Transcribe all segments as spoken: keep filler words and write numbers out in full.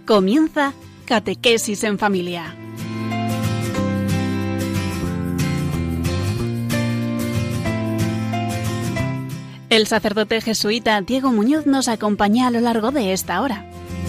Comienza Catequesis en Familia. El sacerdote jesuita Diego Muñoz nos acompaña a lo largo de esta hora.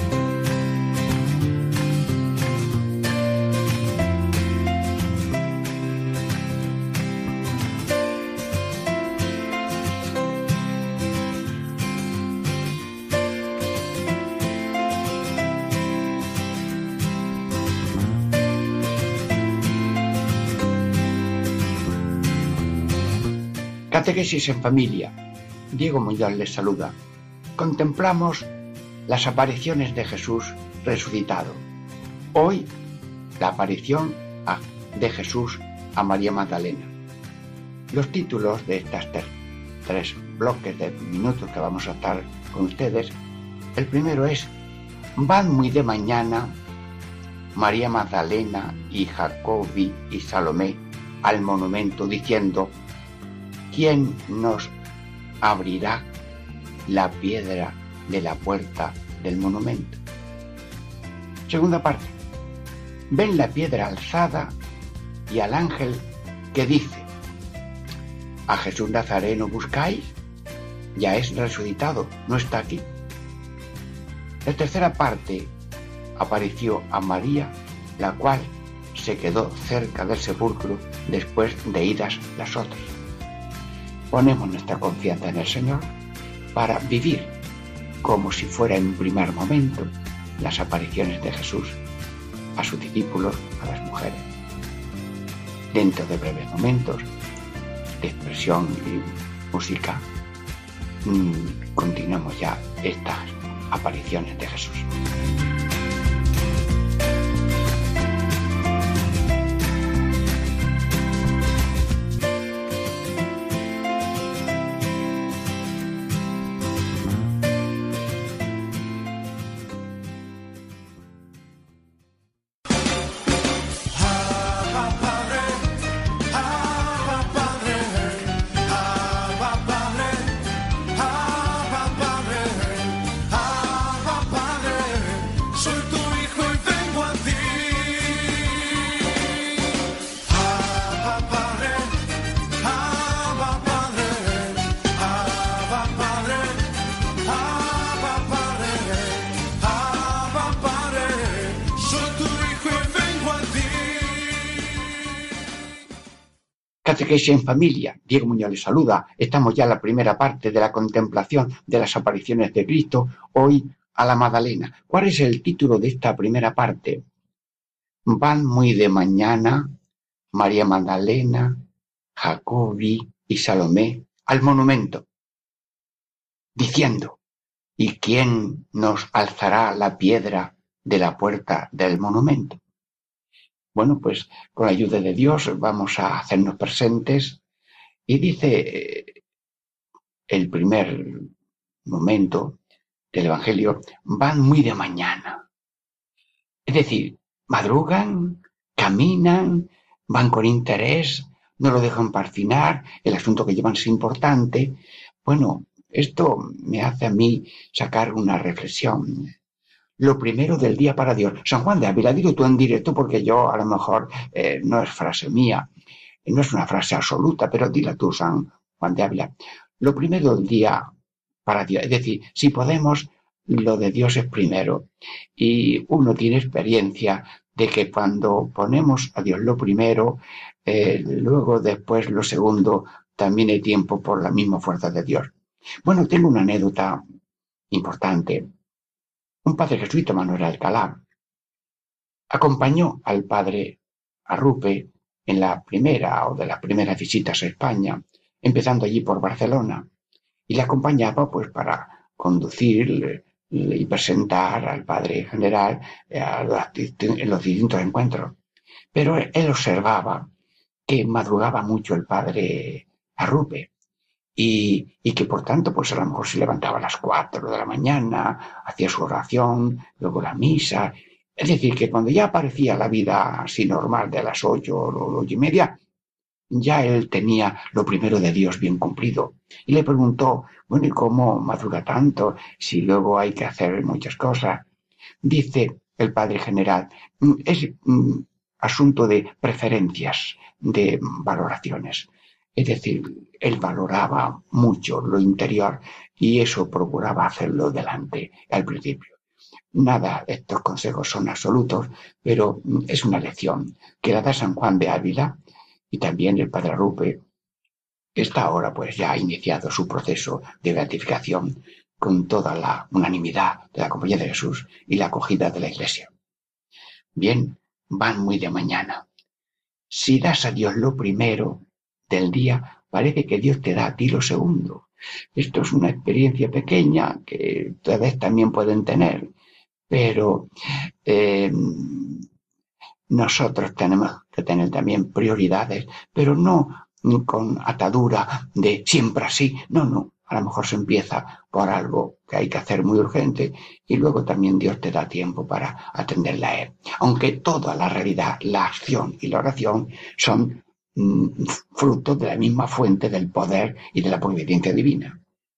Catequesis en Familia. Diego Muñoz les saluda. Contemplamos las apariciones de Jesús resucitado. Hoy, la aparición de Jesús a María Magdalena. Los títulos de estos tres, tres bloques de minutos que vamos a estar con ustedes. El primero es: van muy de mañana María Magdalena y Jacobi y Salomé al monumento diciendo: ¿quién nos abrirá la piedra de la puerta del monumento? Segunda parte: ven la piedra alzada y al ángel que dice: ¿a Jesús Nazareno buscáis? Ya es resucitado, no está aquí. La tercera parte: apareció a María, la cual se quedó cerca del sepulcro después de idas las otras. Ponemos nuestra confianza en el Señor para vivir como si fuera en un primer momento las apariciones de Jesús a sus discípulos, a las mujeres. Dentro de breves momentos de expresión y música, mmm, continuamos ya estas apariciones de Jesús. Catequesis en Familia. Diego Muñoz les saluda. Estamos ya en la primera parte de la contemplación de las apariciones de Cristo, hoy a la Magdalena. ¿Cuál es el título de esta primera parte? Van muy de mañana María Magdalena, Jacobi y Salomé al monumento, diciendo: ¿y quién nos alzará la piedra de la puerta del monumento? Bueno, pues con la ayuda de Dios vamos a hacernos presentes. Y dice el primer momento del Evangelio: van muy de mañana. Es decir, madrugan, caminan, van con interés, no lo dejan para el final, el asunto que llevan es importante. Bueno, esto me hace a mí sacar una reflexión. Lo primero del día para Dios. San Juan de Ávila, digo tú en directo porque yo a lo mejor eh, no es frase mía, no es una frase absoluta, pero dila tú, San Juan de Ávila. Lo primero del día para Dios. Es decir, si podemos, lo de Dios es primero. Y uno tiene experiencia de que cuando ponemos a Dios lo primero, eh, luego después lo segundo, también hay tiempo por la misma fuerza de Dios. Bueno, tengo una anécdota importante. Un padre jesuita, Manuel Alcalá, acompañó al padre Arrupe en la primera o de las primeras visitas a España, empezando allí por Barcelona, y le acompañaba pues para conducir y presentar al padre general en los distintos encuentros. Pero él observaba que madrugaba mucho el padre Arrupe, Y, y que por tanto pues a lo mejor se levantaba a las cuatro de la mañana, hacía su oración, luego la misa. Es decir, que cuando ya aparecía la vida así normal de las ocho o ocho y media, ya él tenía lo primero de Dios bien cumplido. Y le preguntó, bueno, ¿y cómo madruga tanto si luego hay que hacer muchas cosas? Dice el padre general. Es mm, asunto de preferencias, de valoraciones. Es decir, él valoraba mucho lo interior y eso procuraba hacerlo delante al principio. Nada, estos consejos son absolutos, pero es una lección que la da San Juan de Ávila y también el padre Rupe, que está ahora pues ya ha iniciado su proceso de beatificación con toda la unanimidad de la Compañía de Jesús y la acogida de la Iglesia. Bien, van muy de mañana. Si das a Dios lo primero del día, parece que Dios te da a ti lo segundo. Esto es una experiencia pequeña que ustedes también pueden tener, pero eh, nosotros tenemos que tener también prioridades, pero no con atadura de siempre así. No, no. A lo mejor se empieza por algo que hay que hacer muy urgente y luego también Dios te da tiempo para atenderla a Él. Aunque toda la realidad, la acción y la oración son mmm, frutos de la misma fuente del poder y de la providencia divina.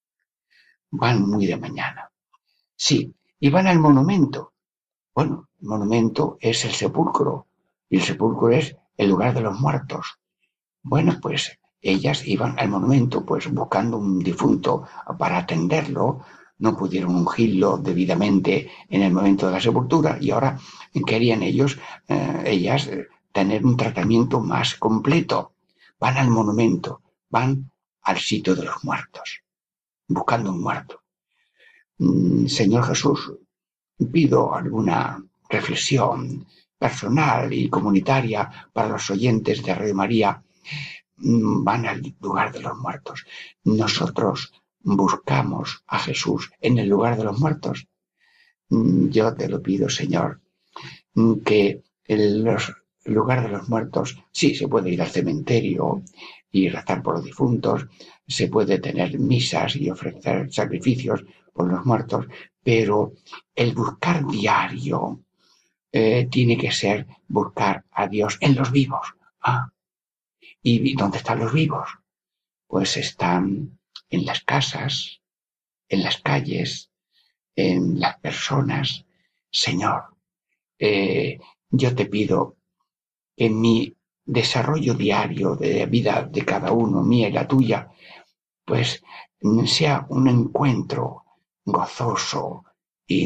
Van muy de mañana. Sí, y van al monumento. Bueno, el monumento es el sepulcro y el sepulcro es el lugar de los muertos. Bueno, pues ellas iban al monumento pues buscando un difunto para atenderlo, no pudieron ungirlo debidamente en el momento de la sepultura y ahora querían ellos, eh, ellas, eh, tener un tratamiento más completo. Van al monumento, van al sitio de los muertos, buscando un muerto. Mm, Señor Jesús, pido alguna reflexión personal y comunitaria para los oyentes de Radio María. Van al lugar de los muertos. Nosotros buscamos a Jesús en el lugar de los muertos. Yo te lo pido, Señor, que en los el lugar de los muertos, sí, se puede ir al cementerio y rezar por los difuntos, se puede tener misas y ofrecer sacrificios por los muertos, pero el buscar diario eh, tiene que ser buscar a Dios en los vivos. Ah, ¿y dónde están los vivos? Pues están en las casas, en las calles, en las personas. Señor, eh, yo te pido que en mi desarrollo diario de la vida de cada uno, mía y la tuya, pues sea un encuentro gozoso y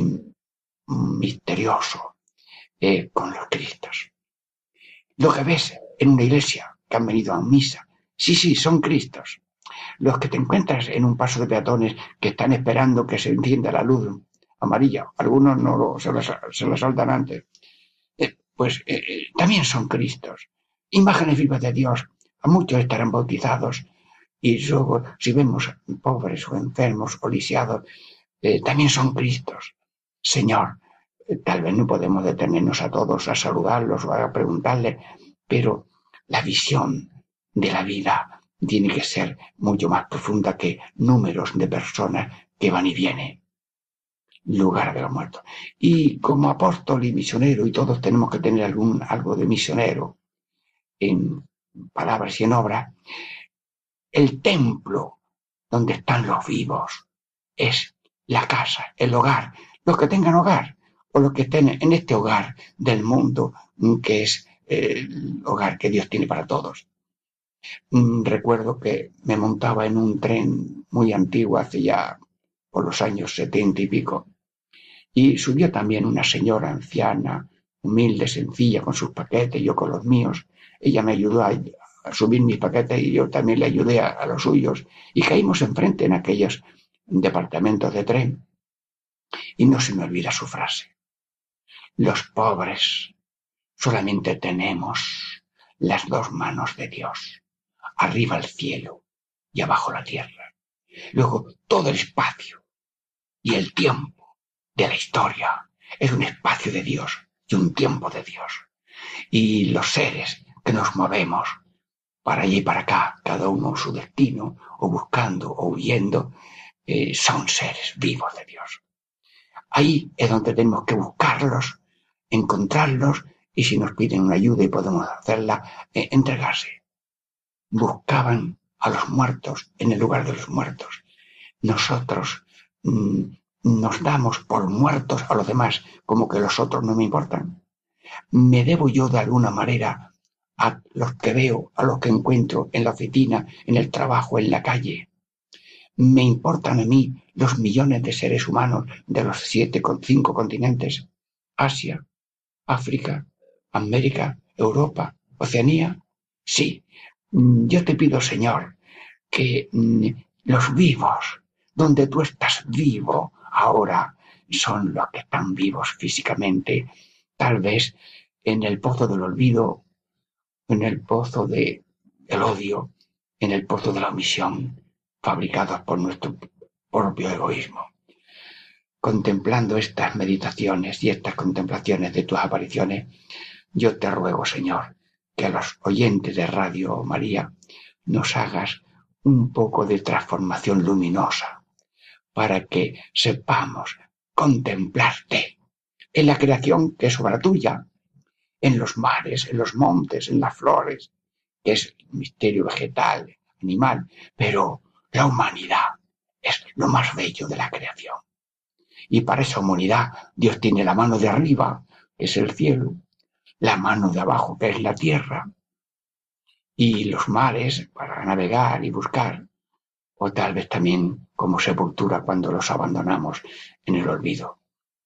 misterioso eh, con los Cristos. Lo que ves en una iglesia que han venido a misa, sí, sí, son Cristos. Los que te encuentras en un paso de peatones que están esperando que se encienda la luz amarilla, algunos no lo, se, lo, se lo saltan antes, eh, pues eh, también son Cristos. Imágenes vivas de Dios, a muchos estarán bautizados y luego si vemos pobres o enfermos o lisiados, eh, también son Cristos. Señor, eh, tal vez no podemos detenernos a todos a saludarlos o a preguntarles, pero la visión de la vida tiene que ser mucho más profunda que números de personas que van y vienen. Lugar de los muertos. Y como apóstol y misionero, y todos tenemos que tener algún, algo de misionero en palabras y en obras, el templo donde están los vivos es la casa, el hogar, los que tengan hogar o los que estén en este hogar del mundo que es el hogar que Dios tiene para todos. Recuerdo que me montaba en un tren muy antiguo hace ya por los años setenta y pico y subió también una señora anciana, humilde, sencilla, con sus paquetes, yo con los míos. Ella me ayudó a, a subir mis paquetes y yo también le ayudé a, a los suyos y caímos enfrente en aquellos departamentos de tren y no se me olvida su frase: los pobres solamente tenemos las dos manos de Dios, arriba el cielo y abajo la tierra. Luego todo el espacio y el tiempo de la historia es un espacio de Dios y un tiempo de Dios. Y los seres que nos movemos para allá y para acá, cada uno su destino, o buscando o huyendo, eh, son seres vivos de Dios. Ahí es donde tenemos que buscarlos, encontrarlos, y si nos piden una ayuda y podemos hacerla, eh, entregarse. Buscaban a los muertos en el lugar de los muertos. Nosotros mmm, nos damos por muertos a los demás, como que los otros no me importan. ¿Me debo yo de alguna manera a los que veo, a los que encuentro en la oficina, en el trabajo, en la calle? ¿Me importan a mí los millones de seres humanos de los siete con cinco continentes? Asia, África, América, Europa, Oceanía. Sí, yo te pido, Señor, que los vivos, donde tú estás vivo ahora, son los que están vivos físicamente, tal vez en el pozo del olvido, en el pozo de, del odio, en el pozo de la omisión, fabricados por nuestro propio egoísmo. Contemplando estas meditaciones y estas contemplaciones de tus apariciones, yo te ruego, Señor, que a los oyentes de Radio María nos hagas un poco de transformación luminosa para que sepamos contemplarte en la creación que es obra tuya, en los mares, en los montes, en las flores, que es el misterio vegetal, animal, pero la humanidad es lo más bello de la creación. Y para esa humanidad Dios tiene la mano de arriba, que es el cielo, la mano de abajo, que es la tierra, y los mares para navegar y buscar, o tal vez también como sepultura cuando los abandonamos en el olvido.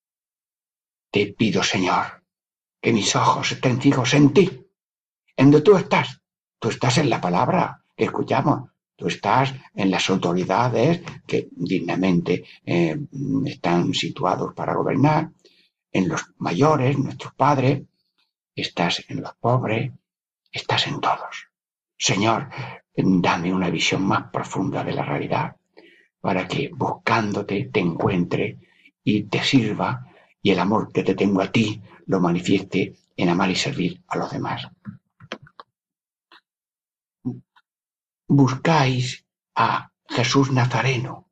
Te pido, Señor, que mis ojos estén fijos en ti, en donde tú estás. Tú estás en la palabra que escuchamos, tú estás en las autoridades que dignamente eh, están situados para gobernar, en los mayores, nuestros padres, estás en los pobres, estás en todos. Señor, dame una visión más profunda de la realidad para que buscándote te encuentre y te sirva y el amor que te tengo a ti lo manifieste en amar y servir a los demás. Buscáis a Jesús Nazareno,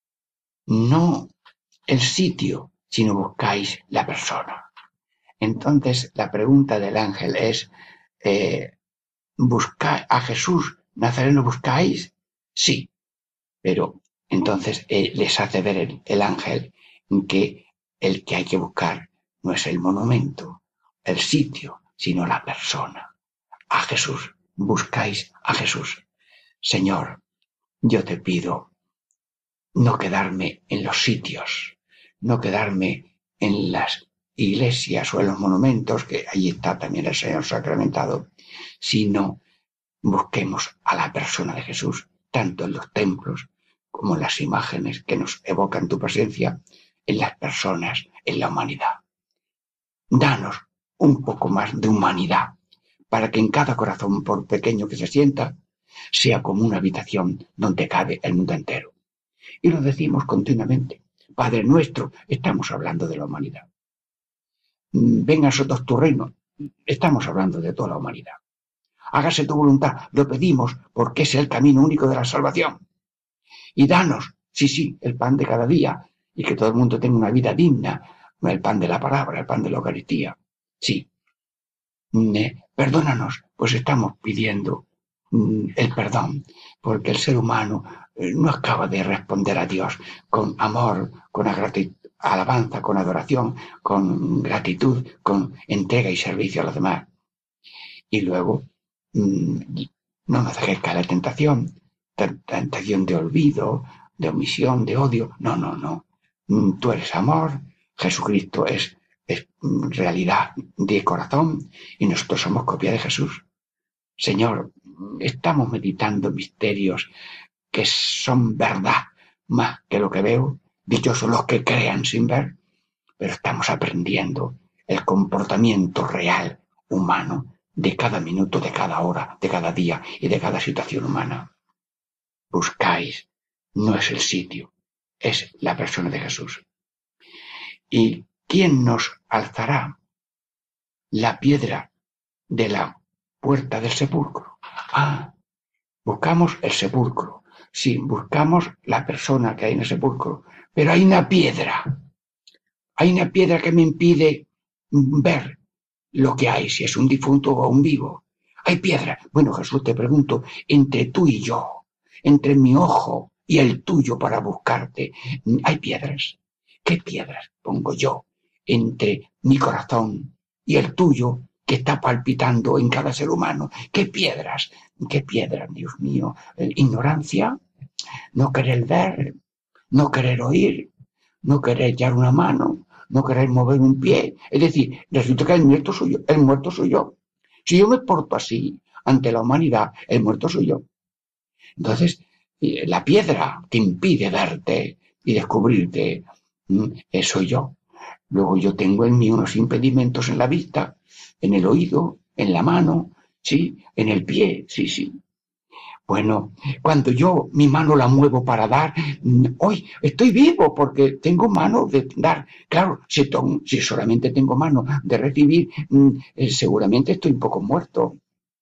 no el sitio, sino buscáis la persona. Entonces la pregunta del ángel es, eh, ¿buscáis a Jesús Nazareno buscáis? Sí, pero entonces eh, les hace ver el, el ángel que el que hay que buscar no es el monumento, el sitio, sino la persona. A Jesús, buscáis a Jesús. Señor, yo te pido no quedarme en los sitios, no quedarme en las iglesias o en los monumentos, que allí está también el Señor sacramentado, sino busquemos a la persona de Jesús, tanto en los templos como en las imágenes que nos evocan tu presencia, en las personas, en la humanidad. Danos un poco más de humanidad, para que en cada corazón, por pequeño que se sienta, sea como una habitación donde cabe el mundo entero. Y lo decimos continuamente. Padre nuestro, estamos hablando de la humanidad. Venga a nosotros tu reino, estamos hablando de toda la humanidad. Hágase tu voluntad, lo pedimos porque es el camino único de la salvación. Y danos, sí, sí, el pan de cada día y que todo el mundo tenga una vida digna, el pan de la palabra, el pan de la Eucaristía. Sí, perdónanos, pues estamos pidiendo el perdón, porque el ser humano no acaba de responder a Dios con amor, con alabanza, con adoración, con gratitud, con entrega y servicio a los demás. Y luego no nos dejes caer la tentación, tentación de olvido, de omisión, de odio. No, no, no. Tú eres amor, Jesucristo es, es realidad de corazón y nosotros somos copia de Jesús. Señor, estamos meditando misterios que son verdad más que lo que veo. Dichosos los que crean sin ver, pero estamos aprendiendo el comportamiento real humano de cada minuto, de cada hora, de cada día y de cada situación humana. Buscáis, no es el sitio, es la persona de Jesús. ¿Y quién nos alzará la piedra de la puerta del sepulcro? Ah, buscamos el sepulcro. Sí, buscamos la persona que hay en el sepulcro, pero hay una piedra. Hay una piedra que me impide ver lo que hay, si es un difunto o un vivo. Hay piedra. Bueno, Jesús, te pregunto, entre tú y yo, entre mi ojo y el tuyo para buscarte, ¿hay piedras? ¿Qué piedras pongo yo entre mi corazón y el tuyo que está palpitando en cada ser humano? ¿Qué piedras? ¿Qué piedras, Dios mío? Ignorancia, no querer ver, no querer oír, no querer echar una mano, no querer mover un pie. Es decir, resulta que el muerto soy yo. El muerto soy yo. Si yo me porto así ante la humanidad, el muerto soy yo. Entonces, la piedra que impide verte y descubrirte, soy yo. Luego yo tengo en mí unos impedimentos en la vista, en el oído, en la mano, sí, en el pie, sí, sí. Bueno, cuando yo mi mano la muevo para dar, hoy estoy vivo porque tengo mano de dar. Claro, si, to- si solamente tengo mano de recibir, eh, seguramente estoy un poco muerto.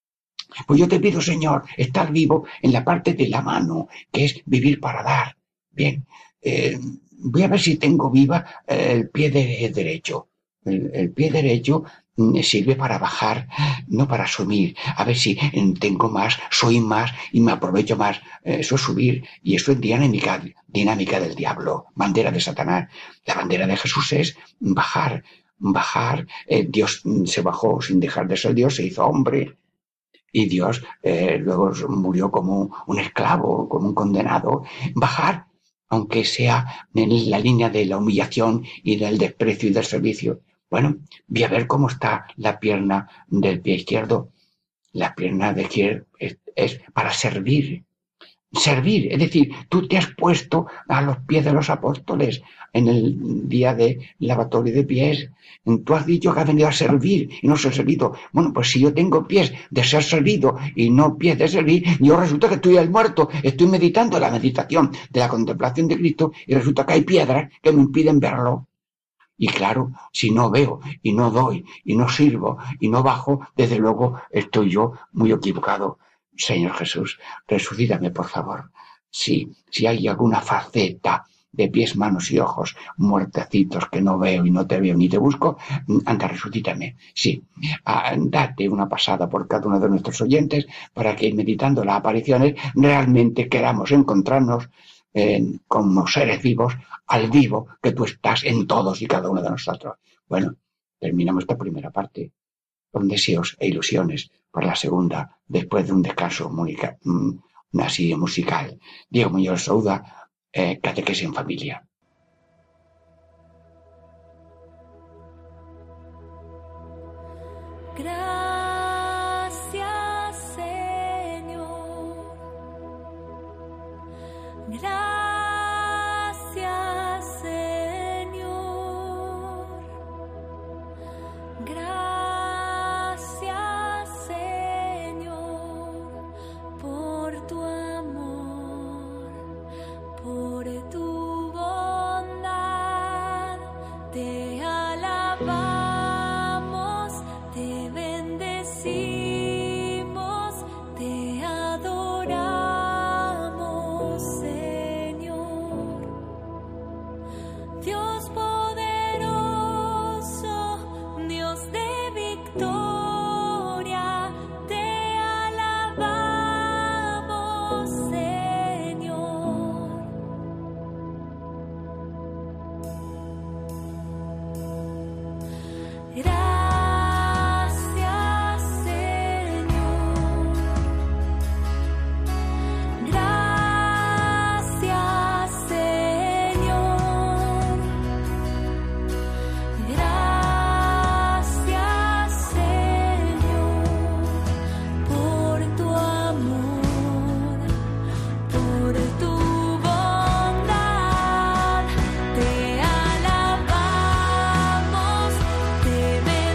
Pues yo te pido, Señor, estar vivo en la parte de la mano, que es vivir para dar. Bien, eh, voy a ver si tengo viva eh, el pie de, derecho. El, el pie derecho me sirve para bajar, no para subir. A ver si tengo más, soy más y me aprovecho más. Eso es subir y eso es dinámica, dinámica del diablo, bandera de Satanás. La bandera de Jesús es bajar, bajar. Eh, Dios se bajó sin dejar de ser Dios, se hizo hombre. Y Dios eh, luego murió como un esclavo, como un condenado. Bajar, aunque sea en la línea de la humillación y del desprecio y del servicio. Bueno, voy a ver cómo está la pierna del pie izquierdo. La pierna de izquierda es, es para servir. Servir, es decir, tú te has puesto a los pies de los apóstoles en el día de lavatorio de pies. Tú has dicho que has venido a servir y no ser servido. Bueno, pues si yo tengo pies de ser servido y no pies de servir, yo resulta que estoy al muerto, estoy meditando la meditación de la contemplación de Cristo y resulta que hay piedras que me impiden verlo. Y claro, si no veo y no doy y no sirvo y no bajo, desde luego estoy yo muy equivocado. Señor Jesús, resucítame, por favor. Sí, si hay alguna faceta de pies, manos y ojos muertecitos que no veo y no te veo ni te busco, anda, resucítame. Sí, ah, date una pasada por cada uno de nuestros oyentes para que, meditando las apariciones, realmente queramos encontrarnos eh, como seres vivos, al vivo, que tú estás en todos y cada uno de nosotros. Bueno, terminamos esta primera parte con deseos e ilusiones para la segunda, después de un descanso muy, así musical. Diego Muñoz Souda, eh, Catequesis en Familia. Gracias, Señor. Gracias, Señor. Gracias. Te bendecimos, te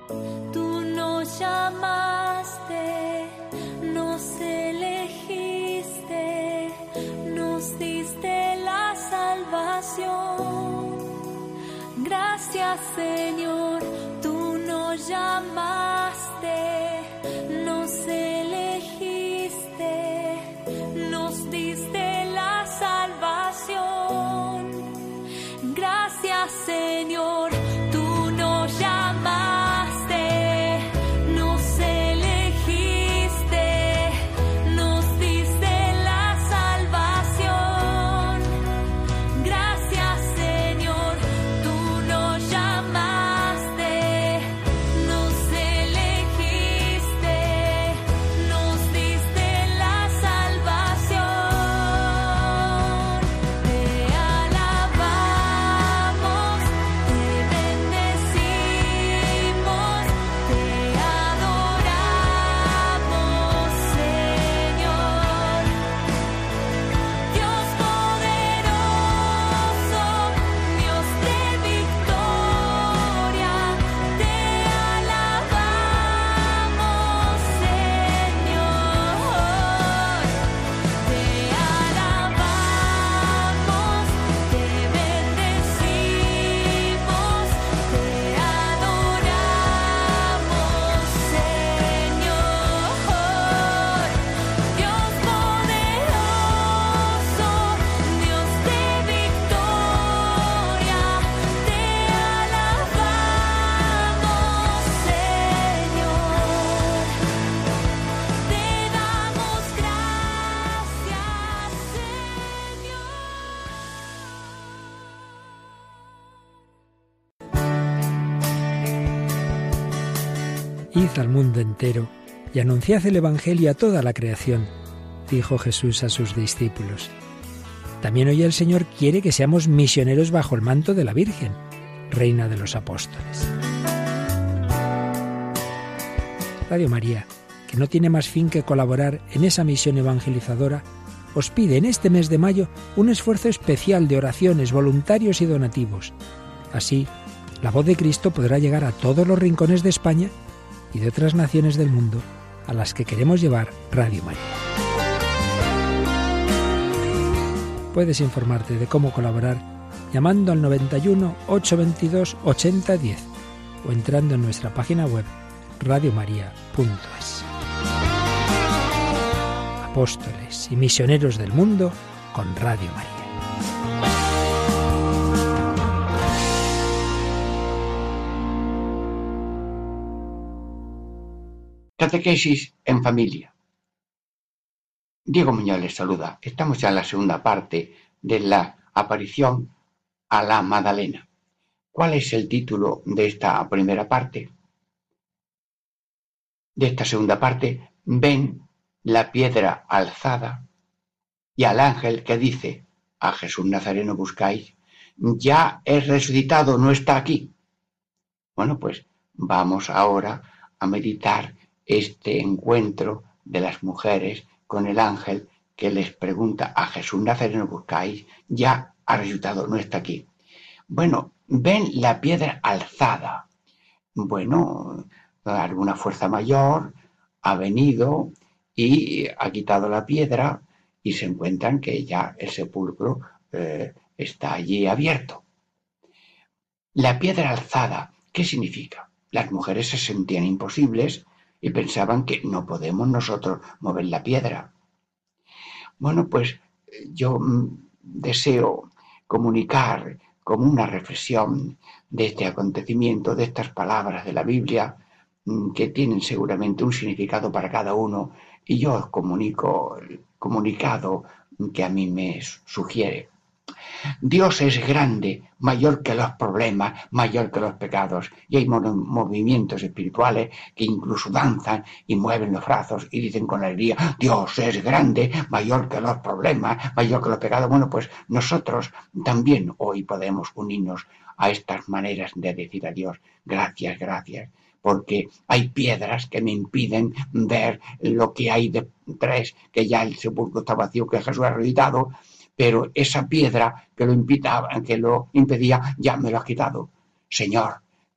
tú nos llamaste, nos elegiste, nos diste la salvación. Gracias, Señor, tú nos llamaste, nos elegiste, nos diste la salvación. Gracias, Señor, tú nos llamaste, nos elegiste, nos diste la salvación. Gracias, Señor, tú nos llamaste, nos elegiste, nos diste la salvación. Te alabamos, te bendecimos, te adoramos, Señor. Dios poderoso, Dios de victoria, te alabamos, Señor. Te alabamos, te bendecimos, te adoramos, Señor. Dios poderoso, Dios de victoria, te alabamos, Señor. Te damos gracias, Señor. Id al mundo entero y anunciad el Evangelio a toda la creación, dijo Jesús a sus discípulos. También hoy el Señor quiere que seamos misioneros bajo el manto de la Virgen, Reina de los Apóstoles. Radio María, que no tiene más fin que colaborar en esa misión evangelizadora, os pide en este mes de mayo un esfuerzo especial de oraciones, voluntarios y donativos. Así, la voz de Cristo podrá llegar a todos los rincones de España y de otras naciones del mundo a las que queremos llevar Radio María. Puedes informarte de cómo colaborar llamando al noventa y uno, ochocientos veintidós, ochenta diez o entrando en nuestra página web radiomaria punto es. Apóstoles y misioneros del mundo con Radio María. Catequesis en familia. Diego Muñoz les saluda. Estamos ya en la segunda parte de la aparición a la Magdalena. ¿Cuál es el título de esta primera parte? De esta segunda parte, ven la piedra alzada y al ángel que dice, a Jesús Nazareno buscáis, ya es resucitado, no está aquí. Bueno, pues vamos ahora a meditar este encuentro de las mujeres con el ángel que les pregunta, a Jesús Nazareno buscáis, ya ha resucitado, no está aquí. Bueno, ven la piedra alzada. Bueno, alguna fuerza mayor ha venido y ha quitado la piedra y se encuentran que ya el sepulcro eh, está allí abierto. La piedra alzada, ¿qué significa? Las mujeres se sentían imposibles y pensaban que no podemos nosotros mover la piedra. Bueno, pues yo deseo comunicar como una reflexión de este acontecimiento, de estas palabras de la Biblia, que tienen seguramente un significado para cada uno, y yo os comunico el comunicado que a mí me sugiere. Dios es grande, mayor que los problemas, mayor que los pecados, y hay movimientos espirituales que incluso danzan y mueven los brazos y dicen con alegría, Dios es grande, mayor que los problemas, mayor que los pecados. Bueno, pues nosotros también hoy podemos unirnos a estas maneras de decir a Dios, gracias, gracias, porque hay piedras que me impiden ver lo que hay detrás, que ya el sepulcro está vacío, que Jesús ha resucitado, pero esa piedra que lo impedía, que lo impedía ya me lo has quitado. Señor,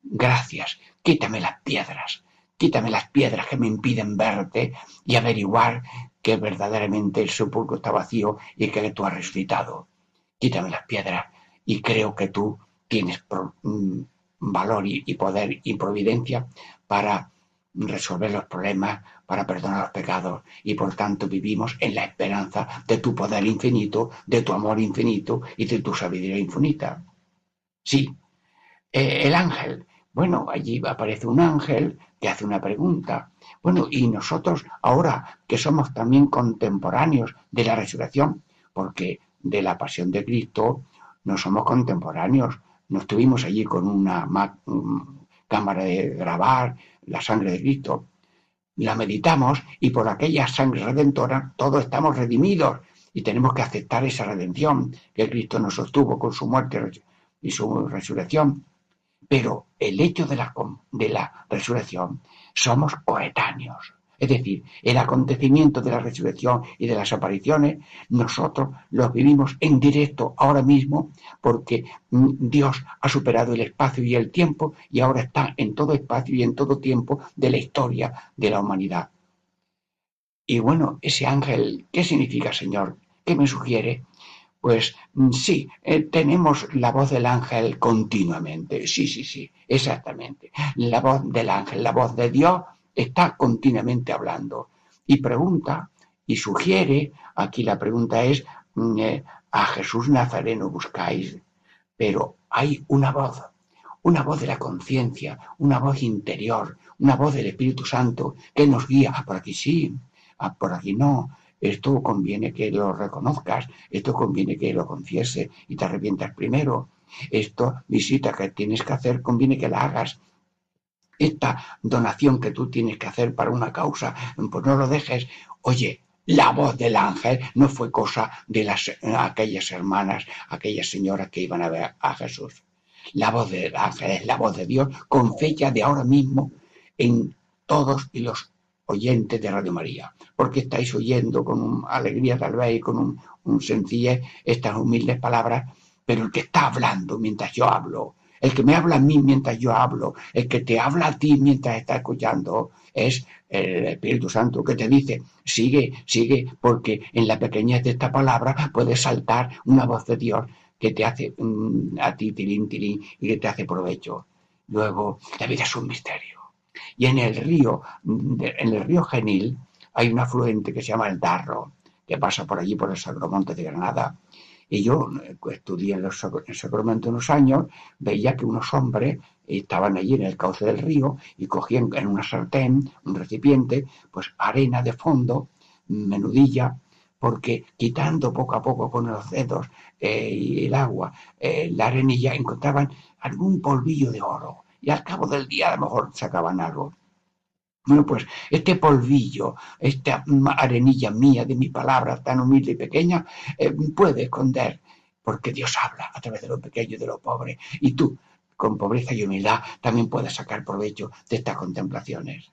gracias, quítame las piedras, quítame las piedras que me impiden verte y averiguar que verdaderamente el sepulcro está vacío y que tú has resucitado. Quítame las piedras y creo que tú tienes pro, mm, valor y, y poder y providencia para resolver los problemas, para perdonar los pecados, y por tanto vivimos en la esperanza de tu poder infinito, de tu amor infinito y de tu sabiduría infinita. Sí, eh, el ángel. Bueno, allí aparece un ángel que hace una pregunta. Bueno, y nosotros ahora que somos también contemporáneos de la resurrección, porque de la pasión de Cristo no somos contemporáneos, no estuvimos allí con una ma- um, cámara de grabar la sangre de Cristo, la meditamos y por aquella sangre redentora todos estamos redimidos y tenemos que aceptar esa redención que Cristo nos sostuvo con su muerte y su resurrección. Pero el hecho de la, de la resurrección, somos coetáneos. Es decir, el acontecimiento de la resurrección y de las apariciones, nosotros los vivimos en directo ahora mismo porque Dios ha superado el espacio y el tiempo y ahora está en todo espacio y en todo tiempo de la historia de la humanidad. Y bueno, ese ángel, ¿qué significa, Señor? ¿Qué me sugiere? Pues sí, eh, tenemos la voz del ángel continuamente. Sí, sí, sí, exactamente. La voz del ángel, la voz de Dios está continuamente hablando. Y pregunta, y sugiere, aquí la pregunta es, eh, a Jesús Nazareno buscáis, pero hay una voz, una voz de la conciencia, una voz interior, una voz del Espíritu Santo que nos guía. Por aquí sí, por aquí no. Esto conviene que lo reconozcas, esto conviene que lo confieses y te arrepientas primero. Esto, visita que tienes que hacer, conviene que la hagas. Esta donación que tú tienes que hacer para una causa, pues no lo dejes. Oye, la voz del ángel no fue cosa de las, aquellas hermanas, aquellas señoras que iban a ver a Jesús. La voz del ángel es la voz de Dios con fecha de ahora mismo en todos y los oyentes de Radio María, porque estáis oyendo con un, alegría tal vez y con un, un sencillez estas humildes palabras, pero el que está hablando mientras yo hablo, el que me habla a mí mientras yo hablo, el que te habla a ti mientras estás escuchando, es el Espíritu Santo que te dice, sigue, sigue, porque en la pequeñez de esta palabra puede saltar una voz de Dios que te hace um, a ti tilín, tilín, y que te hace provecho. Luego, la vida es un misterio. Y en el río, en el río Genil, hay un afluente que se llama el Darro, que pasa por allí, por el Sacromonte de Granada. Y yo estudié en el Sacromonte unos años, veía que unos hombres estaban allí en el cauce del río y cogían en una sartén, un recipiente, pues arena de fondo, menudilla, porque quitando poco a poco con los dedos eh, y el agua, eh, la arenilla, encontraban algún polvillo de oro. Y al cabo del día a lo mejor sacaban algo. Bueno, pues este polvillo, esta arenilla mía de mi palabra tan humilde y pequeña, eh, puede esconder, porque Dios habla a través de lo pequeño y de lo pobre. Y tú, con pobreza y humildad, también puedes sacar provecho de estas contemplaciones.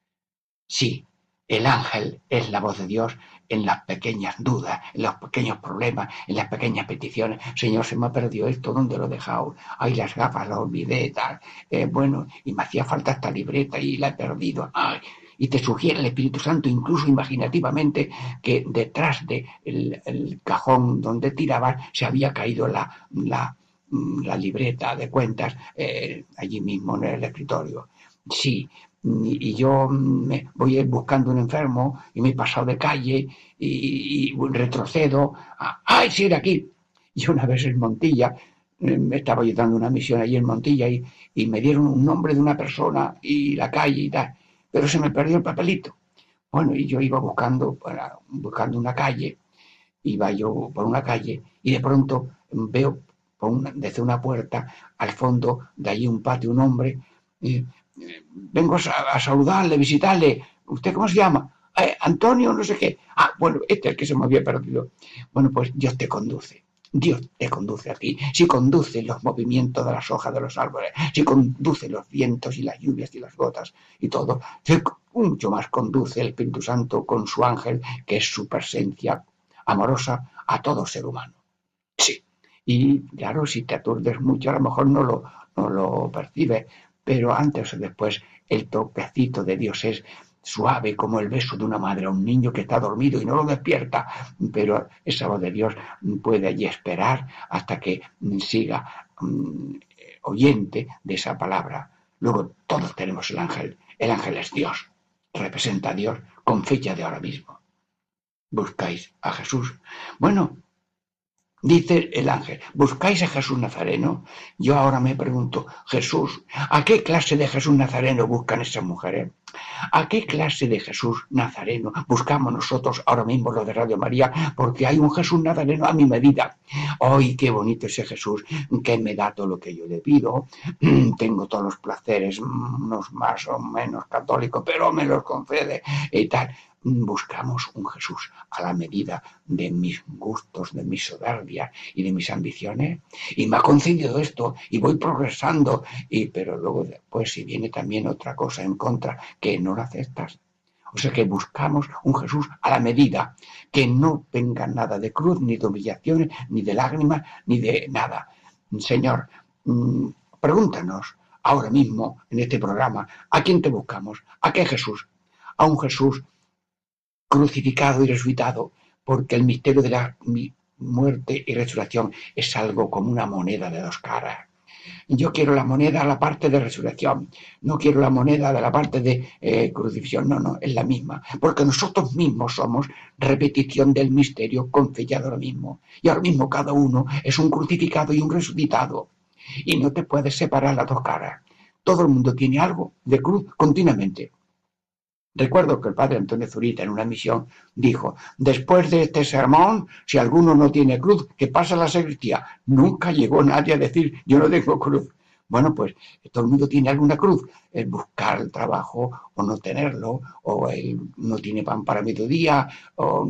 Sí, el ángel es la voz de Dios en las pequeñas dudas, en los pequeños problemas, en las pequeñas peticiones. Señor, se me ha perdido esto, ¿dónde lo he dejado? Ay, las gafas, las olvidé, tal. Eh, bueno, y me hacía falta esta libreta y la he perdido. Ay, y te sugiere el Espíritu Santo, incluso imaginativamente, que detrás del de el cajón donde tirabas se había caído la, la, la libreta de cuentas eh, allí mismo en el escritorio. Sí, y yo me voy buscando un enfermo y me he pasado de calle y, y retrocedo. ¡Ay, sí, era aquí! Y una vez en Montilla, me estaba yo dando una misión allí en Montilla y, y me dieron un nombre de una persona y la calle y tal, pero se me perdió el papelito. Bueno, y yo iba buscando, buscando una calle, iba yo por una calle y de pronto veo por una, desde una puerta al fondo de allí un patio un hombre. Y, vengo a, a saludarle, visitarle. ¿Usted cómo se llama? Eh, Antonio, no sé qué. Ah, bueno, este es el que se me había perdido. Bueno, pues Dios te conduce. Dios te conduce a ti. Si conduce los movimientos de las hojas de los árboles, si conduce los vientos y las lluvias y las gotas y todo, si mucho más conduce el Espíritu Santo con su ángel, que es su presencia amorosa a todo ser humano. Sí. Y claro, si te aturdes mucho, a lo mejor no lo, no lo percibes, pero antes o después el toquecito de Dios es suave como el beso de una madre a un niño que está dormido y no lo despierta, pero esa voz de Dios puede allí esperar hasta que siga um, oyente de esa palabra. Luego todos tenemos el ángel. El ángel es Dios, representa a Dios con fecha de ahora mismo. ¿Buscáis a Jesús? Bueno, dice el ángel, ¿buscáis a Jesús Nazareno? Yo ahora me pregunto, Jesús, ¿a qué clase de Jesús Nazareno buscan esas mujeres? ¿A qué clase de Jesús Nazareno buscamos nosotros ahora mismo los de Radio María? Porque hay un Jesús Nazareno a mi medida. ¡Ay, qué bonito ese Jesús! Que me da todo lo que yo le pido. Tengo todos los placeres, unos más o menos católicos, pero me los concede y tal. Buscamos un Jesús a la medida de mis gustos, de mis soberbias y de mis ambiciones, y me ha concedido esto y voy progresando, y pero luego después si viene también otra cosa en contra que no lo aceptas. O sea que buscamos un Jesús a la medida, que no tenga nada de cruz, ni de humillaciones, ni de lágrimas, ni de nada. Señor, pregúntanos ahora mismo en este programa, ¿a quién te buscamos? ¿A qué Jesús? A un Jesús crucificado y resucitado, porque el misterio de la muerte y resurrección es algo como una moneda de dos caras. Yo quiero la moneda a la parte de resurrección, no quiero la moneda de la parte de eh, crucifixión, no, no, es la misma, porque nosotros mismos somos repetición del misterio confellado ahora mismo, y ahora mismo cada uno es un crucificado y un resucitado, y no te puedes separar las dos caras. Todo el mundo tiene algo de cruz continuamente. Recuerdo que el padre Antonio Zurita en una misión dijo, después de este sermón, si alguno no tiene cruz, que pase a la sacristía. Nunca llegó nadie a decir, yo no tengo cruz. Bueno, pues todo el mundo tiene alguna cruz, el buscar el trabajo o no tenerlo, o el no tiene pan para mediodía, o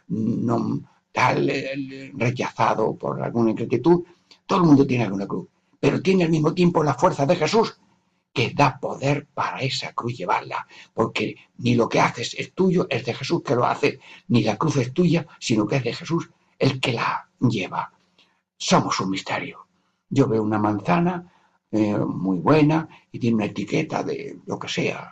no tal rechazado por alguna ingratitud. Todo el mundo tiene alguna cruz, pero tiene al mismo tiempo la fuerza de Jesús, que da poder para esa cruz llevarla, porque ni lo que haces es tuyo, es de Jesús que lo hace, ni la cruz es tuya, sino que es de Jesús el que la lleva. Somos un misterio. Yo veo una manzana eh, muy buena y tiene una etiqueta de lo que sea,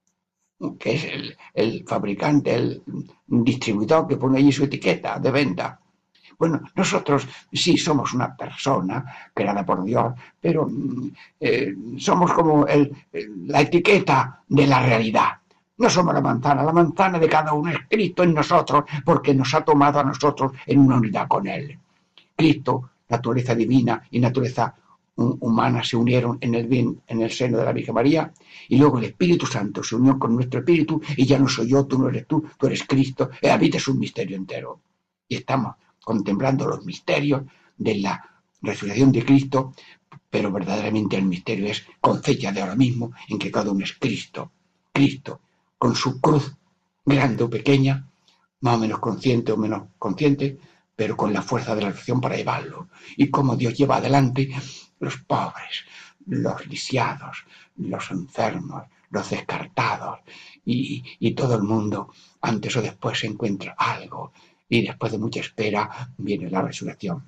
que es el, el fabricante, el distribuidor que pone allí su etiqueta de venta. Bueno, nosotros sí somos una persona creada por Dios, pero eh, somos como el, la etiqueta de la realidad. No somos la manzana, la manzana de cada uno es Cristo en nosotros, porque nos ha tomado a nosotros en una unidad con Él. Cristo, naturaleza divina y naturaleza humana se unieron en el bien, en el seno de la Virgen María, y luego el Espíritu Santo se unió con nuestro espíritu, y ya no soy yo, tú no eres tú, tú eres Cristo, y habita es un misterio entero. Y estamos contemplando los misterios de la resurrección de Cristo, pero verdaderamente el misterio es con fecha de ahora mismo, en que cada uno es Cristo. Cristo, con su cruz, grande o pequeña, más o menos consciente o menos consciente, pero con la fuerza de la resurrección para llevarlo. Y como Dios lleva adelante los pobres, los lisiados, los enfermos, los descartados, y, y todo el mundo, antes o después se encuentra algo, y después de mucha espera viene la resurrección.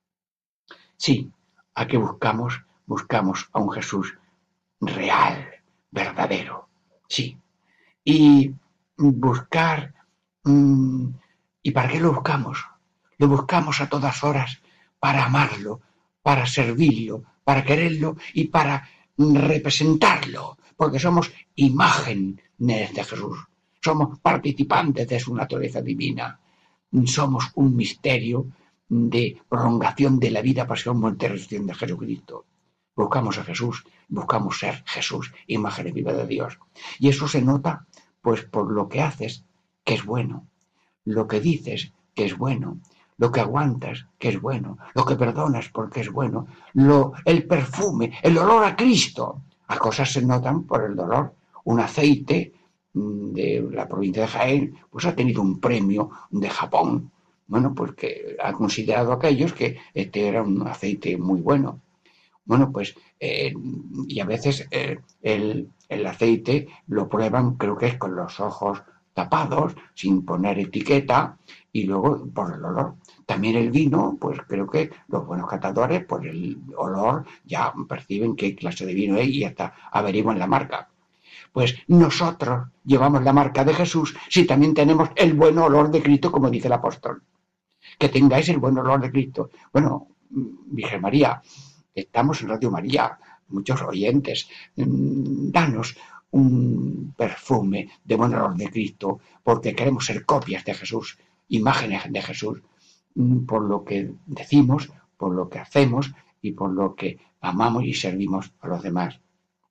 Sí, ¿a qué buscamos? Buscamos a un Jesús real, verdadero, sí. Y buscar, mmm, ¿y para qué lo buscamos? Lo buscamos a todas horas para amarlo, para servirlo, para quererlo y para representarlo, porque somos imágenes de Jesús, somos participantes de su naturaleza divina. Somos un misterio de prolongación de la vida, pasión, muerte y resurrección de Jesucristo. Buscamos a Jesús, buscamos ser Jesús, imagen viva de Dios. Y eso se nota pues por lo que haces, que es bueno, lo que dices, que es bueno, lo que aguantas, que es bueno, lo que perdonas porque es bueno, lo, el perfume, el olor a Cristo. Las cosas se notan por el dolor. Un aceite de la provincia de Jaén, pues ha tenido un premio de Japón, bueno, pues que ha considerado aquellos que este era un aceite muy bueno. Bueno, pues, eh, y a veces eh, el, el aceite lo prueban, creo que es con los ojos tapados, sin poner etiqueta, y luego por el olor. También el vino, pues creo que los buenos catadores por el olor ya perciben qué clase de vino es y hasta averiguan la marca. Pues nosotros llevamos la marca de Jesús si también tenemos el buen olor de Cristo, como dice el apóstol. Que tengáis el buen olor de Cristo. Bueno, Virgen María, estamos en Radio María, muchos oyentes, danos un perfume de buen olor de Cristo, porque queremos ser copias de Jesús, imágenes de Jesús, por lo que decimos, por lo que hacemos y por lo que amamos y servimos a los demás.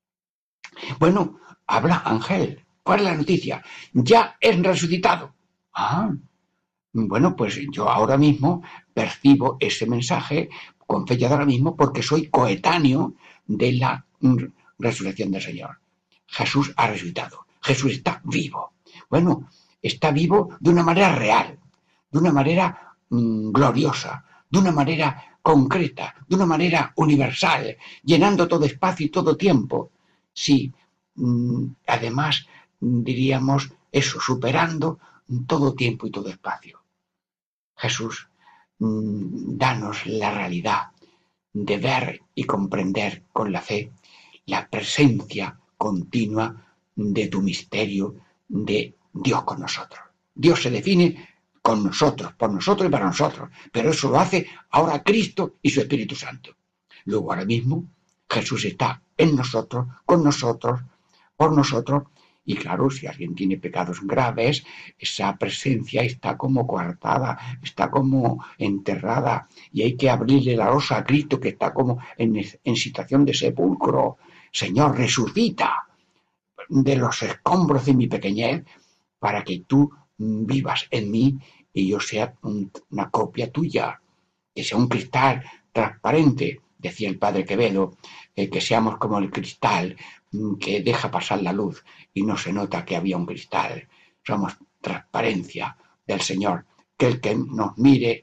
Bueno, habla Ángel. ¿Cuál es la noticia? Ya es resucitado. Ah, bueno, pues yo ahora mismo percibo ese mensaje con fecha de ahora mismo porque soy coetáneo de la resurrección del Señor. Jesús ha resucitado. Jesús está vivo. Bueno, está vivo de una manera real, de una manera mmm, gloriosa, de una manera concreta, de una manera universal, llenando todo espacio y todo tiempo. Sí, mmm, además diríamos eso, superando todo tiempo y todo espacio. Jesús, mmm, danos la realidad de ver y comprender con la fe la presencia continua de tu misterio, de Dios con nosotros. Dios se define con nosotros, por nosotros y para nosotros, pero eso lo hace ahora Cristo y su Espíritu Santo. Luego ahora mismo Jesús está en nosotros, con nosotros, por nosotros, y claro, si alguien tiene pecados graves, esa presencia está como coartada, está como enterrada, y hay que abrirle la losa a Cristo que está como en, en situación de sepulcro. Señor, resucita de los escombros de mi pequeñez para que tú vivas en mí y yo sea un, una copia tuya, que sea un cristal transparente, decía el padre Quevedo, eh, que seamos como el cristal que deja pasar la luz y no se nota que había un cristal. Somos transparencia del Señor, que el que nos mire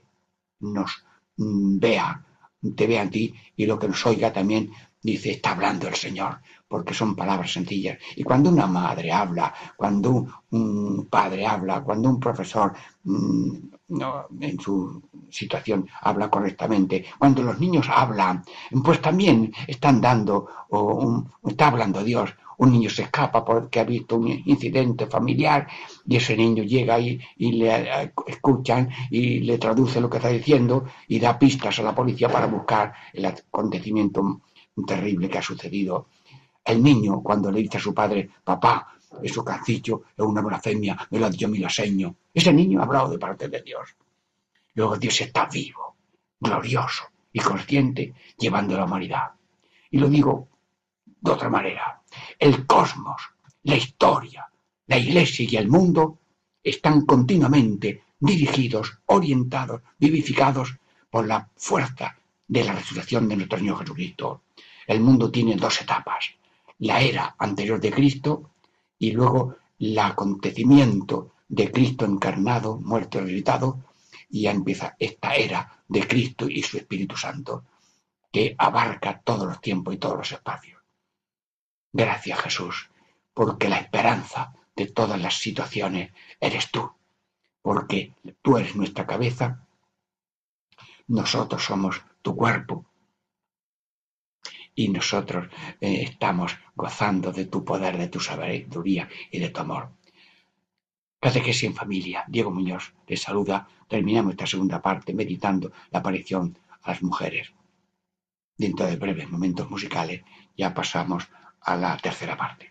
nos mm, vea, te vea a ti, y lo que nos oiga también dice, está hablando el Señor, porque son palabras sencillas. Y cuando una madre habla, cuando un, un padre habla, cuando un profesor mmm, no, en su situación habla correctamente, cuando los niños hablan, pues también están dando, o un, está hablando Dios. Un niño se escapa porque ha visto un incidente familiar y ese niño llega y, y le escuchan y le traduce lo que está diciendo y da pistas a la policía para buscar el acontecimiento terrible que ha sucedido. El niño, cuando le dice a su padre, papá, eso que has dicho es una blasfemia, me lo ha dicho Milaseño. Ese niño ha hablado de parte de Dios. Luego Dios está vivo, glorioso y consciente, llevando a la humanidad. Y lo digo de otra manera. El cosmos, la historia, la Iglesia y el mundo están continuamente dirigidos, orientados, vivificados por la fuerza de la resurrección de nuestro Señor Jesucristo. El mundo tiene dos etapas, la era anterior de Cristo y luego el acontecimiento de Cristo encarnado, muerto y resucitado, y ya empieza esta era de Cristo y su Espíritu Santo, que abarca todos los tiempos y todos los espacios. Gracias, Jesús, porque la esperanza de todas las situaciones eres tú, porque tú eres nuestra cabeza, nosotros somos tu cuerpo, y nosotros eh, estamos gozando de tu poder, de tu sabiduría y de tu amor. Catequesis en familia. Diego Muñoz les saluda. Terminamos esta segunda parte meditando la aparición a las mujeres. Dentro de breves momentos musicales ya pasamos a la tercera parte.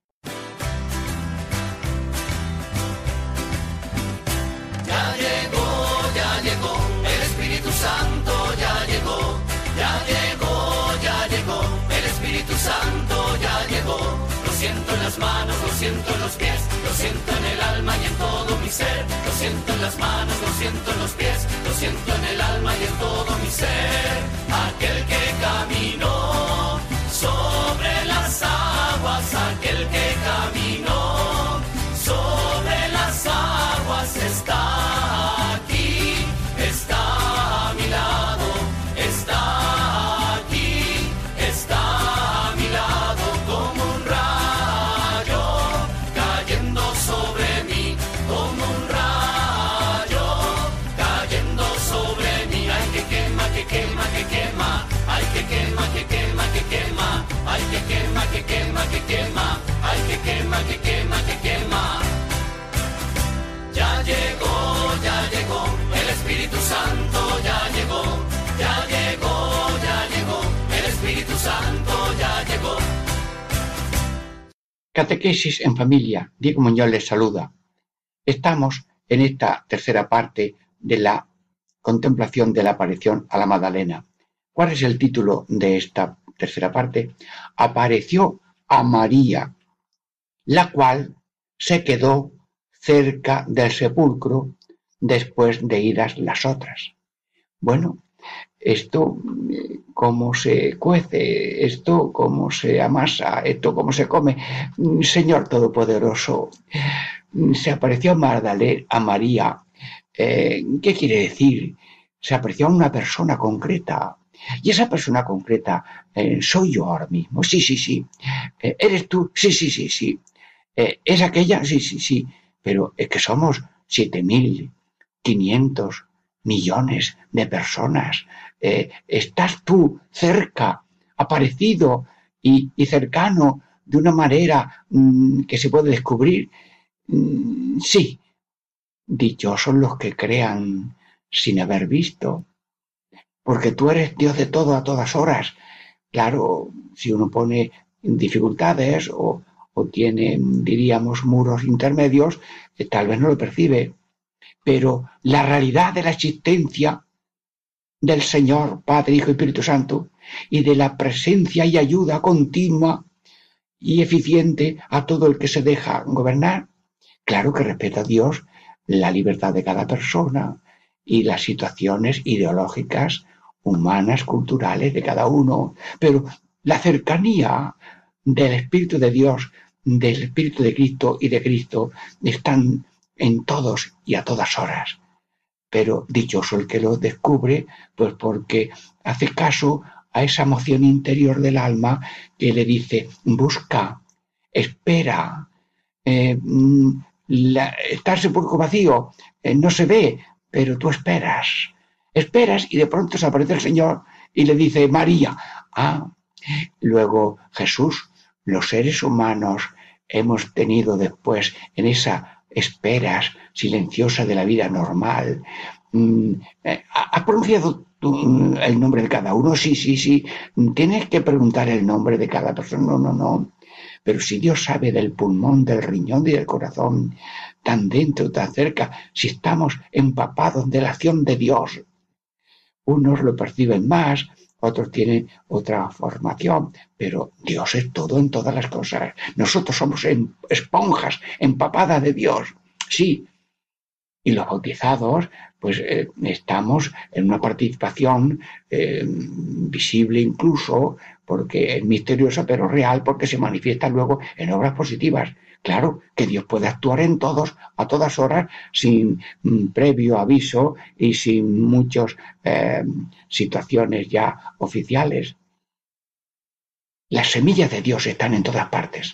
Ya llegó, ya llegó, el Espíritu Santo ya llegó, ya llegó, ya llegó, el Espíritu Santo ya llegó. Lo siento en las manos, lo siento en los pies, lo siento en el alma y en todo mi ser. Lo siento en las manos, lo siento en los pies, lo siento en el alma y en todo mi ser. Aquel que caminó sobre las aguas, aquel que caminó sobre las aguas está aquí, está a mi lado, está aquí, está a mi lado como un rayo cayendo sobre mí, como un rayo Catequesis en familia. Diego Muñoz les saluda. Estamos en esta tercera parte de la contemplación de la aparición a la Magdalena. ¿Cuál es el título de esta tercera parte? Apareció a María, la cual se quedó cerca del sepulcro después de idas las otras. Bueno, esto cómo se cuece, esto cómo se amasa, esto cómo se come. Señor Todopoderoso, se apareció a Magdalena, a María. Eh, ¿Qué quiere decir? Se apareció a una persona concreta. Y esa persona concreta, eh, soy yo ahora mismo. Sí, sí, sí. Eh, ¿Eres tú? Sí, sí, sí, sí. Eh, ¿Es aquella? Sí, sí, sí. Pero es que somos siete mil quinientos millones de personas. Eh, estás tú cerca, aparecido y, y cercano de una manera mmm, que se puede descubrir. Mm, sí, dichosos los que crean sin haber visto, porque tú eres Dios de todo a todas horas. Claro, si uno pone dificultades o, o tiene, diríamos, muros intermedios, eh, tal vez no lo percibe. Pero la realidad de la existencia del Señor, Padre, Hijo y Espíritu Santo, y de la presencia y ayuda continua y eficiente a todo el que se deja gobernar, claro que respeta a Dios la libertad de cada persona y las situaciones ideológicas, humanas, culturales de cada uno, pero la cercanía del Espíritu de Dios, del Espíritu de Cristo y de Cristo están en todos y a todas horas. Pero dichoso el que lo descubre, pues porque hace caso a esa emoción interior del alma que le dice, busca, espera, eh, la, está el sepulcro vacío, eh, no se ve, pero tú esperas, esperas y de pronto se aparece el Señor y le dice, María. Ah, luego Jesús, los seres humanos hemos tenido después en esa esperas silenciosa de la vida normal. ¿Has pronunciado tú el nombre de cada uno? Sí, sí, sí. Tienes que preguntar el nombre de cada persona. No, no, no. Pero si Dios sabe del pulmón, del riñón y del corazón, tan dentro, tan cerca, si estamos empapados de la acción de Dios, unos lo perciben más, otros tienen otra formación, pero Dios es todo en todas las cosas. Nosotros somos esponjas empapadas de Dios, sí. Y los bautizados, pues eh, estamos en una participación eh, visible incluso, porque es misteriosa, pero real, porque se manifiesta luego en obras positivas. Claro que Dios puede actuar en todos, a todas horas, sin mm, previo aviso y sin muchas eh, situaciones ya oficiales. Las semillas de Dios están en todas partes.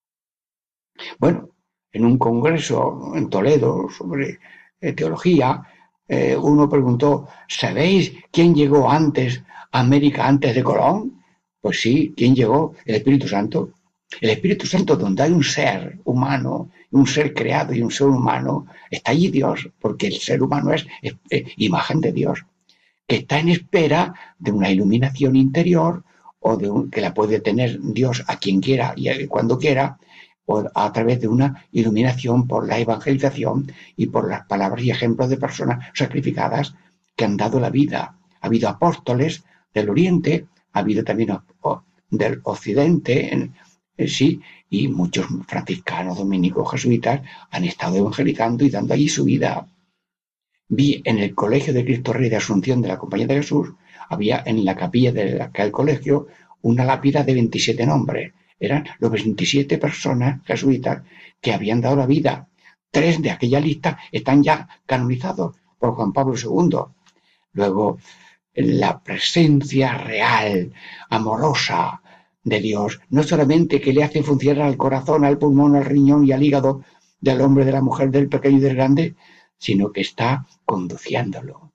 Bueno, en un congreso en Toledo sobre eh, teología, eh, uno preguntó, ¿sabéis quién llegó antes a América antes de Colón? Pues sí, ¿quién llegó? El Espíritu Santo. El Espíritu Santo, donde hay un ser humano, un ser creado y un ser humano, está allí Dios, porque el ser humano es, es, es imagen de Dios, que está en espera de una iluminación interior o de un, que la puede tener Dios a quien quiera y cuando quiera, o a través de una iluminación por la evangelización y por las palabras y ejemplos de personas sacrificadas que han dado la vida. Ha habido apóstoles del Oriente, ha habido también oh, del Occidente, en, sí, y muchos franciscanos, dominicos, jesuitas han estado evangelizando y dando allí su vida. Vi en el Colegio de Cristo Rey de Asunción de la Compañía de Jesús, había en la capilla del aquel colegio una lápida de veintisiete nombres. Eran los veintisiete personas jesuitas que habían dado la vida. Tres de aquella lista están ya canonizados por Juan Pablo segundo. Luego, la presencia real, amorosa, de Dios, no solamente que le hace funcionar al corazón, al pulmón, al riñón y al hígado del hombre, de la mujer, del pequeño y del grande, sino que está conduciéndolo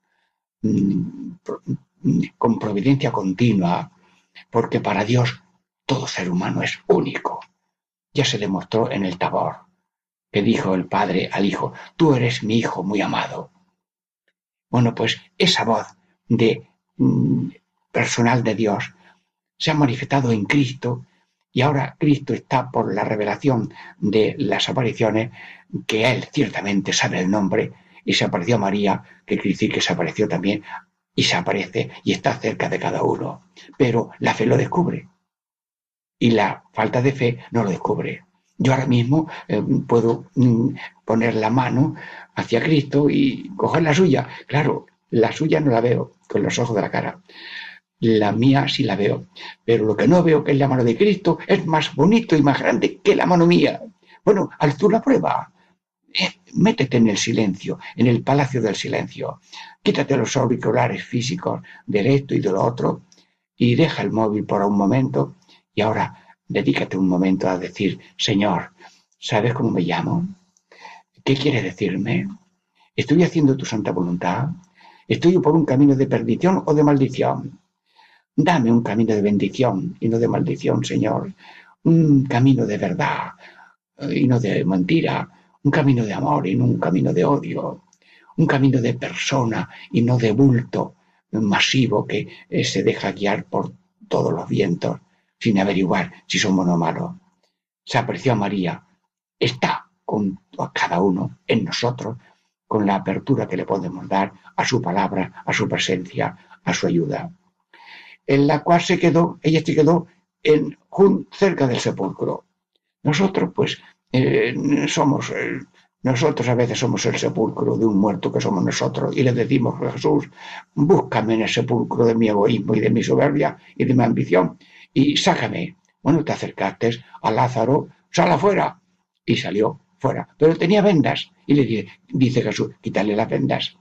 con providencia continua, porque para Dios todo ser humano es único. Ya se demostró en el Tabor, que dijo el Padre al Hijo, tú eres mi Hijo muy amado. Bueno, pues esa voz de mm, personal de Dios se ha manifestado en Cristo Y ahora Cristo está por la revelación de las apariciones, que Él ciertamente sabe el nombre, y se apareció a María, que quiere decir que se apareció también, y se aparece y está cerca de cada uno. Pero la fe lo descubre, y la falta de fe no lo descubre. Yo ahora mismo eh, puedo mm, poner la mano hacia Cristo y coger la suya. Claro, la suya no la veo con los ojos de la cara. La mía sí la veo, pero lo que no veo, que es la mano de Cristo, es más bonito y más grande que la mano mía. Bueno, haz tú la prueba. Eh, métete en el silencio, en el palacio del silencio. Quítate los auriculares físicos de esto y de lo otro y deja el móvil por un momento y ahora dedícate un momento a decir: Señor, ¿sabes cómo me llamo? ¿Qué quieres decirme? ¿Estoy haciendo tu santa voluntad? ¿Estoy por un camino de perdición o de maldición? Dame un camino de bendición y no de maldición, Señor. Un camino de verdad y no de mentira. Un camino de amor y no un camino de odio. Un camino de persona y no de bulto masivo que eh, se deja guiar por todos los vientos sin averiguar si son buenos o malos. Se apreció a María. Está con cada uno en nosotros, con la apertura que le podemos dar a su palabra, a su presencia, a su ayuda. En la cual se quedó, ella se quedó en, cerca del sepulcro. Nosotros, pues, eh, somos, eh, nosotros a veces somos el sepulcro de un muerto que somos nosotros, y le decimos a Jesús: búscame en el sepulcro de mi egoísmo y de mi soberbia y de mi ambición, y sácame. Bueno, te acercaste a Lázaro, sal afuera, y salió fuera, pero tenía vendas, y le dice, dice Jesús: quítale las vendas.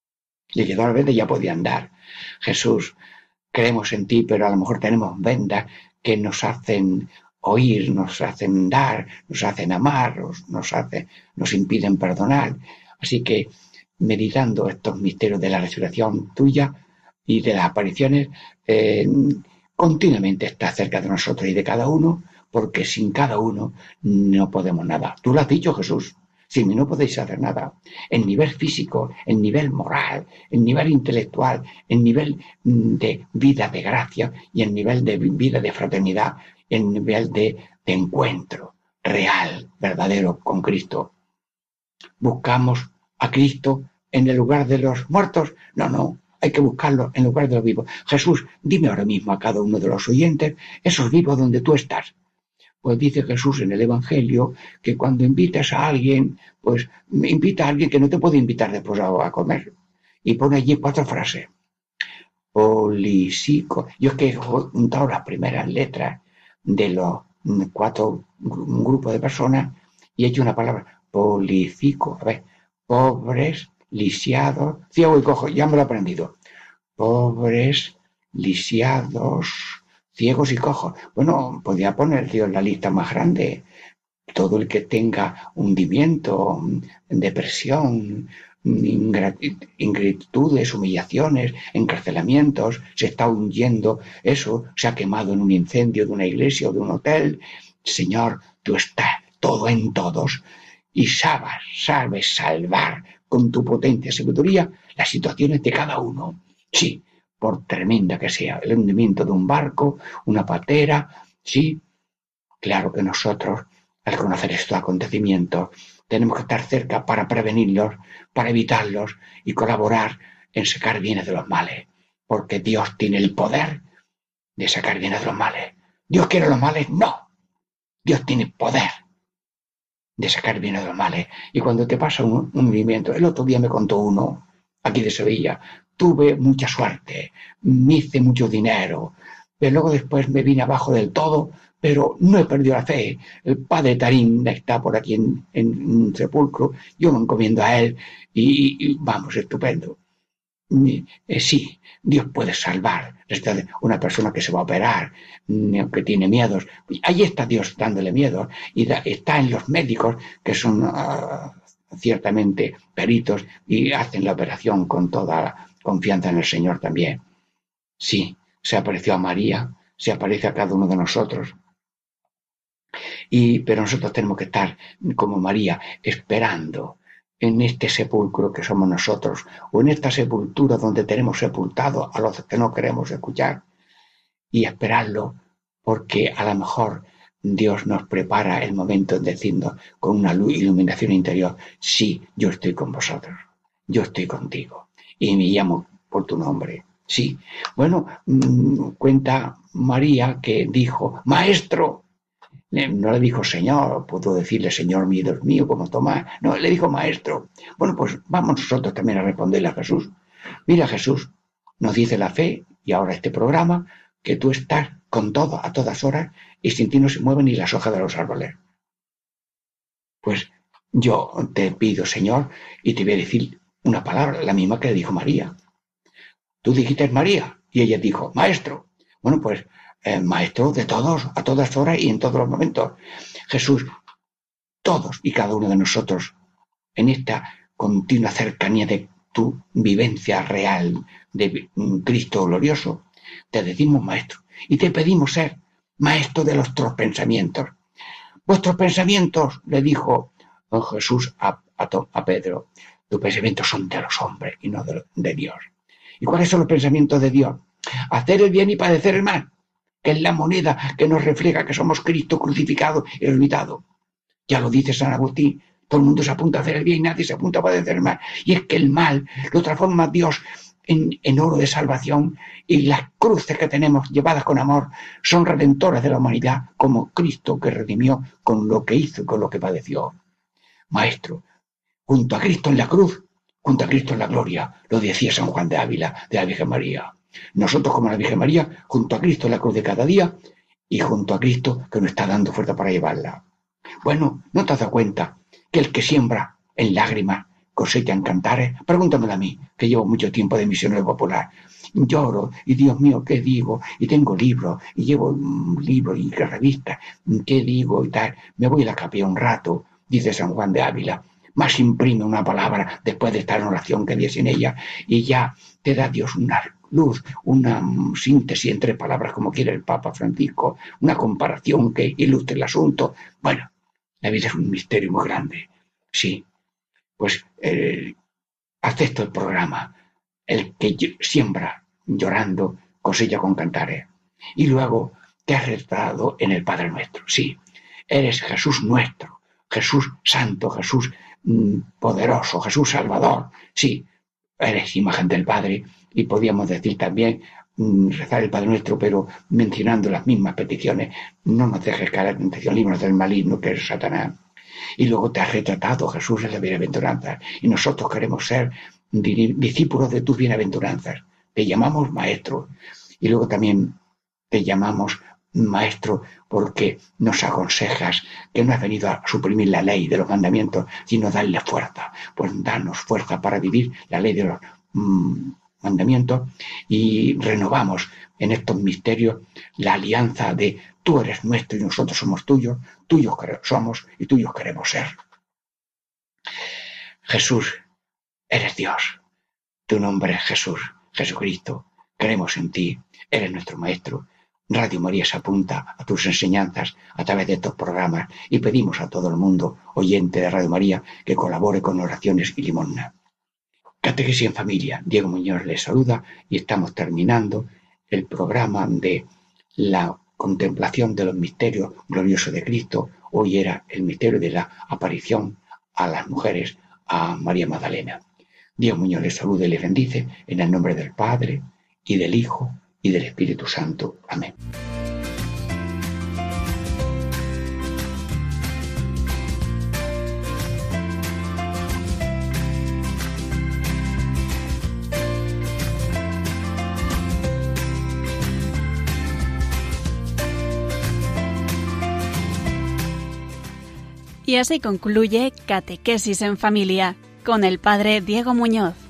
Le quedó la venda y ya podía andar. Jesús, creemos en ti, pero a lo mejor tenemos vendas que nos hacen oír, nos hacen dar, nos hacen amar, nos, nos, hace, nos impiden perdonar. Así que, meditando estos misterios de la resurrección tuya y de las apariciones, eh, continuamente está cerca de nosotros y de cada uno, porque sin cada uno no podemos nada. Tú lo has dicho, Jesús. Sin mí no podéis hacer nada. En nivel físico, en nivel moral, en nivel intelectual, en nivel de vida de gracia y en nivel de vida de fraternidad, en nivel de, de encuentro real, verdadero con Cristo. ¿Buscamos a Cristo en el lugar de los muertos? No, no. Hay que buscarlo en lugar de los vivos. Jesús, dime ahora mismo a cada uno de los oyentes esos vivos donde tú estás. Pues dice Jesús en el Evangelio que cuando invitas a alguien, pues invita a alguien que no te puede invitar después a, a comer. Y pone allí cuatro frases. Polisico. Yo es que he juntado las primeras letras de los cuatro un grupo de personas y he hecho una palabra. Policico. A ver, pobres, lisiados, ciego y cojo. Ya me lo he aprendido. Pobres, lisiados, ciegos y cojos. Bueno, podría poner Dios la lista más grande. Todo el que tenga hundimiento, depresión, ingratitudes, humillaciones, encarcelamientos, se está hundiendo, eso, se ha quemado en un incendio de una iglesia o de un hotel. Señor, tú estás todo en todos y sabes, sabes salvar con tu potencia y sabiduría las situaciones de cada uno. Sí, por tremenda que sea, el hundimiento de un barco, una patera, sí, claro que nosotros, al conocer estos acontecimientos, tenemos que estar cerca para prevenirlos, para evitarlos y colaborar en sacar bienes de los males, porque Dios tiene el poder de sacar bienes de los males. ¿Dios quiere los males? No. Dios tiene poder de sacar bienes de los males. Y cuando te pasa un, un movimiento, el otro día me contó uno, aquí de Sevilla, tuve mucha suerte, me hice mucho dinero, pero luego después me vine abajo del todo, pero no he perdido la fe. El padre Tarín está por aquí en, en un sepulcro, yo me encomiendo a él y, y vamos, estupendo. Y, eh, sí, Dios puede salvar. Una persona que se va a operar, que tiene miedos, ahí está Dios dándole miedo, y da, está en los médicos que son uh, ciertamente peritos y hacen la operación con toda la confianza en el Señor también. Sí, se apareció a María, se aparece a cada uno de nosotros. Y, pero nosotros tenemos que estar como María, esperando en este sepulcro que somos nosotros, o en esta sepultura donde tenemos sepultado a los que no queremos escuchar, y esperarlo, porque a lo mejor Dios nos prepara el momento en decirnos con una luz, iluminación interior, sí, yo estoy con vosotros, yo estoy contigo y me llamo por tu nombre. Sí, bueno, mmm, cuenta María que dijo, maestro, no le dijo Señor, puedo decirle Señor mío, Dios mío, como Tomás, no, le dijo maestro. Bueno, pues vamos nosotros también a responderle a Jesús. Mira, Jesús, nos dice la fe y ahora este programa, que tú estás con todo, a todas horas, y sin ti no se mueven ni las hojas de los árboles. Pues yo te pido, Señor, y te voy a decir una palabra, la misma que le dijo María. Tú dijiste María, y ella dijo, maestro. Bueno, pues, eh, maestro de todos, a todas horas y en todos los momentos. Jesús, todos y cada uno de nosotros, en esta continua cercanía de tu vivencia real de Cristo glorioso, te decimos maestro y te pedimos ser maestro de nuestros pensamientos. Vuestros pensamientos, le dijo Jesús a, a, a Pedro, tus pensamientos son de los hombres y no de, de Dios. ¿Y cuáles son los pensamientos de Dios? Hacer el bien y padecer el mal, que es la moneda que nos refleja que somos Cristo crucificado y resucitado. Ya lo dice San Agustín, todo el mundo se apunta a hacer el bien y nadie se apunta a padecer el mal. Y es que el mal lo transforma Dios en, en oro de salvación, y las cruces que tenemos llevadas con amor son redentoras de la humanidad, como Cristo que redimió con lo que hizo y con lo que padeció. Maestro, junto a Cristo en la cruz, junto a Cristo en la gloria, lo decía San Juan de Ávila, de la Virgen María. Nosotros como la Virgen María, junto a Cristo en la cruz de cada día y junto a Cristo que nos está dando fuerza para llevarla. Bueno, ¿no te has dado cuenta que el que siembra en lágrimas cosecha en cantares? Pregúntamelo a mí, que llevo mucho tiempo de misionero popular. Lloro y Dios mío, ¿qué digo? Y tengo libros, y llevo libros y revistas, ¿qué digo? Y tal. Me voy a la capilla un rato, dice San Juan de Ávila. Más imprime una palabra después de estar en oración que diez en ella, y ya te da Dios una luz, una síntesis en tres palabras como quiere el Papa Francisco, una comparación que ilustre el asunto. Bueno, la vida es un misterio muy grande. Sí, pues eh, acepto el programa. El que siembra llorando cosecha con cantares. Y luego te has retratado en el Padre Nuestro. Sí, eres Jesús nuestro, Jesús santo, Jesús mmm, poderoso, Jesús salvador. Sí, eres imagen del Padre, y podríamos decir también mmm, rezar el Padre Nuestro, pero mencionando las mismas peticiones. No nos dejes caer en la tentación, líbranos del maligno que es Satanás. Y luego te has retratado, Jesús, en la bienaventuranza, y nosotros queremos ser discípulos de tus bienaventuranzas. Te llamamos maestro, y luego también te llamamos maestro porque nos aconsejas que no has venido a suprimir la ley de los mandamientos, sino darle fuerza. Pues danos fuerza para vivir la ley de los mmm, mandamientos, y renovamos en estos misterios la alianza de tú eres nuestro y nosotros somos tuyos, tuyos somos y tuyos queremos ser. Jesús, eres Dios, tu nombre es Jesús, Jesucristo, creemos en ti, eres nuestro Maestro. Radio María se apunta a tus enseñanzas a través de estos programas, y pedimos a todo el mundo oyente de Radio María que colabore con oraciones y limosna. Catequesis en Familia, Diego Muñoz les saluda, y estamos terminando el programa de la contemplación de los misterios gloriosos de Cristo. Hoy era el misterio de la aparición a las mujeres, a María Magdalena. Dios Muñoz les saluda y les bendice en el nombre del Padre, y del Hijo, y del Espíritu Santo. Amén. Y así concluye Catequesis en Familia con el Padre Diego Muñoz.